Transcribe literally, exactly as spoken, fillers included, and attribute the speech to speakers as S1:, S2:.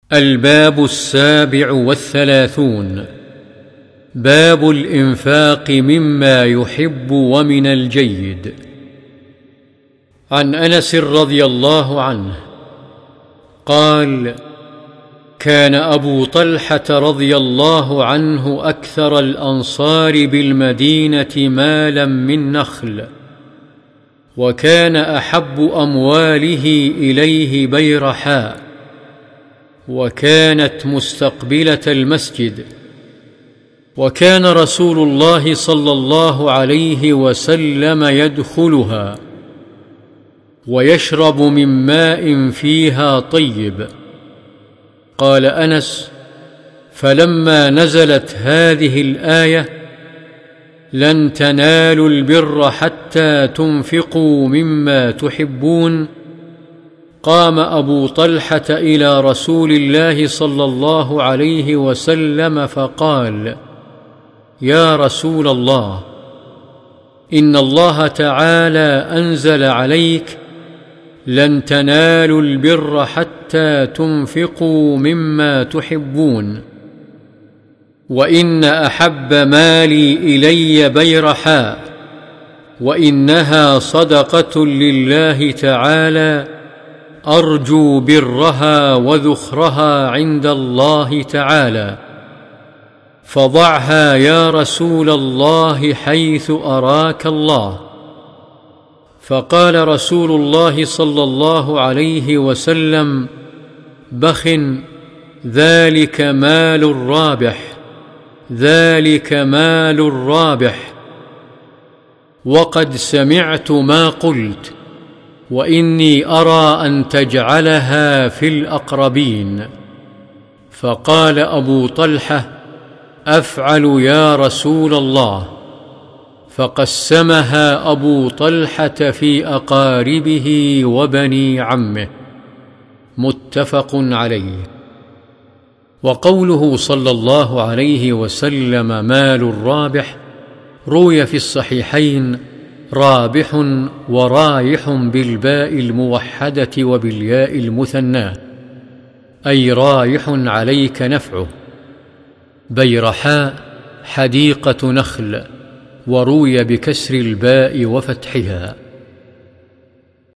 S1: الباب السابع والثلاثون. باب الإنفاق مما يحب ومن الجيد. عن أنس رضي الله عنه قال: كان أبو طلحة رضي الله عنه أكثر الأنصار بالمدينة مالا من نخل، وكان أحب أمواله إليه بيرحاء، وكانت مستقبلة المسجد، وكان رسول الله صلى الله عليه وسلم يدخلها ويشرب من ماء فيها طيب. قال أنس: فلما نزلت هذه الآية: لن تنالوا البر حتى تنفقوا مما تحبون، قام أبو طلحة إلى رسول الله صلى الله عليه وسلم فقال: يا رسول الله، إن الله تعالى أنزل عليك: لن تنالوا البر حتى تنفقوا مما تحبون، وإن أحب مالي إلي بيرحاء، وإنها صدقة لله تعالى، أرجو برها وذخرها عند الله تعالى، فضعها يا رسول الله حيث أراك الله. فقال رسول الله صلى الله عليه وسلم: بخ، ذلك مال رابح، ذلك مال رابح، وقد سمعت ما قلت، وإني أرى أن تجعلها في الأقربين. فقال أبو طلحة: أفعل يا رسول الله. فقسمها أبو طلحة في أقاربه وبني عمه. متفق عليه. وقوله صلى الله عليه وسلم مال رابح روي في الصحيحين: رابح ورايح بالباء الموحدة وبالياء المثناه، أي رايح عليك نفعه. بيرحاء حديقة نخل، وروي بكسر الباء وفتحها.